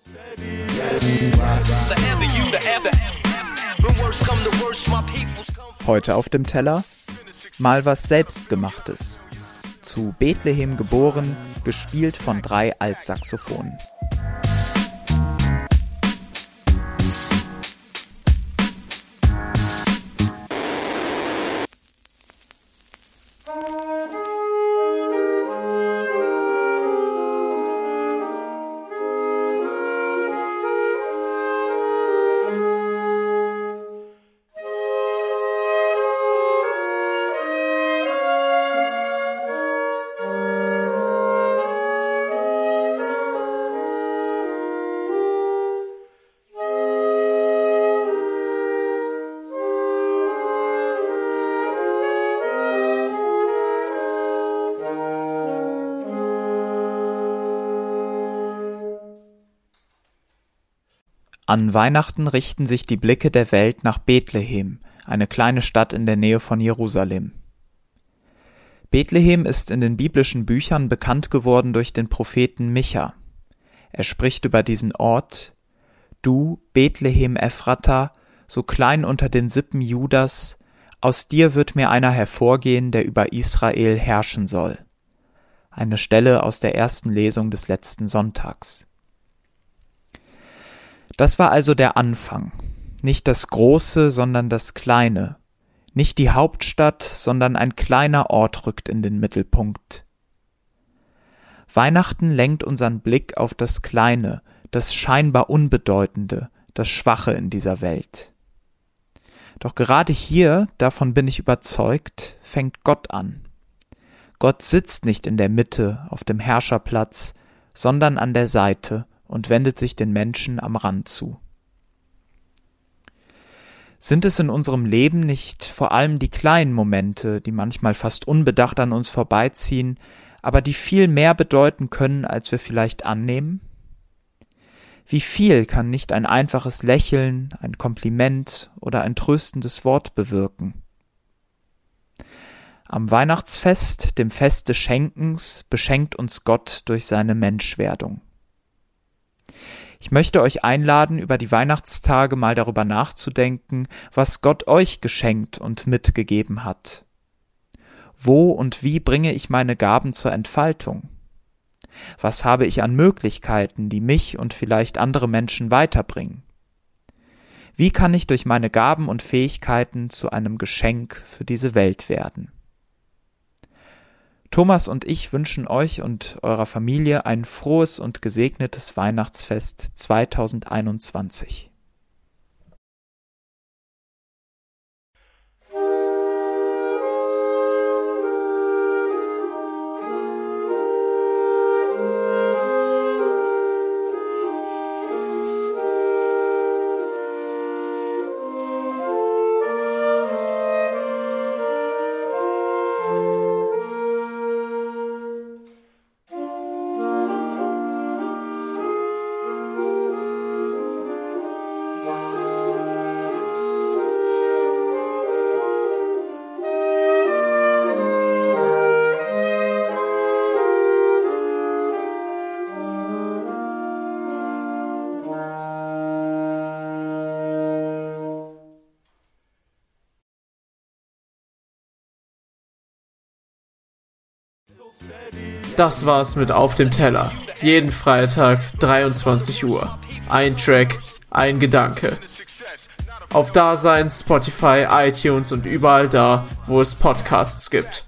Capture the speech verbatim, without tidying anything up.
Heute auf dem Teller mal was Selbstgemachtes. Zu Bethlehem geboren, gespielt von drei Altsaxophonen. An Weihnachten richten sich die Blicke der Welt nach Bethlehem, eine kleine Stadt in der Nähe von Jerusalem. Bethlehem ist in den biblischen Büchern bekannt geworden durch den Propheten Micha. Er spricht über diesen Ort: Du, Bethlehem Ephrata, so klein unter den Sippen Judas, aus dir wird mir einer hervorgehen, der über Israel herrschen soll. Eine Stelle aus der ersten Lesung des letzten Sonntags. Das war also der Anfang. Nicht das Große, sondern das Kleine. Nicht die Hauptstadt, sondern ein kleiner Ort rückt in den Mittelpunkt. Weihnachten lenkt unseren Blick auf das Kleine, das scheinbar Unbedeutende, das Schwache in dieser Welt. Doch gerade hier, davon bin ich überzeugt, fängt Gott an. Gott sitzt nicht in der Mitte auf dem Herrscherplatz, sondern an der Seite und wendet sich den Menschen am Rand zu. Sind es in unserem Leben nicht vor allem die kleinen Momente, die manchmal fast unbedacht an uns vorbeiziehen, aber die viel mehr bedeuten können, als wir vielleicht annehmen? Wie viel kann nicht ein einfaches Lächeln, ein Kompliment oder ein tröstendes Wort bewirken? Am Weihnachtsfest, dem Fest des Schenkens, beschenkt uns Gott durch seine Menschwerdung. Ich möchte euch einladen, über die Weihnachtstage mal darüber nachzudenken, was Gott euch geschenkt und mitgegeben hat. Wo und wie bringe ich meine Gaben zur Entfaltung? Was habe ich an Möglichkeiten, die mich und vielleicht andere Menschen weiterbringen? Wie kann ich durch meine Gaben und Fähigkeiten zu einem Geschenk für diese Welt werden? Thomas und ich wünschen euch und eurer Familie ein frohes und gesegnetes Weihnachtsfest zweitausendeinundzwanzig. Das war's mit Auf dem Teller. Jeden Freitag, dreiundzwanzig Uhr. Ein Track, ein Gedanke. Auf Dasein, Spotify, iTunes und überall da, wo es Podcasts gibt.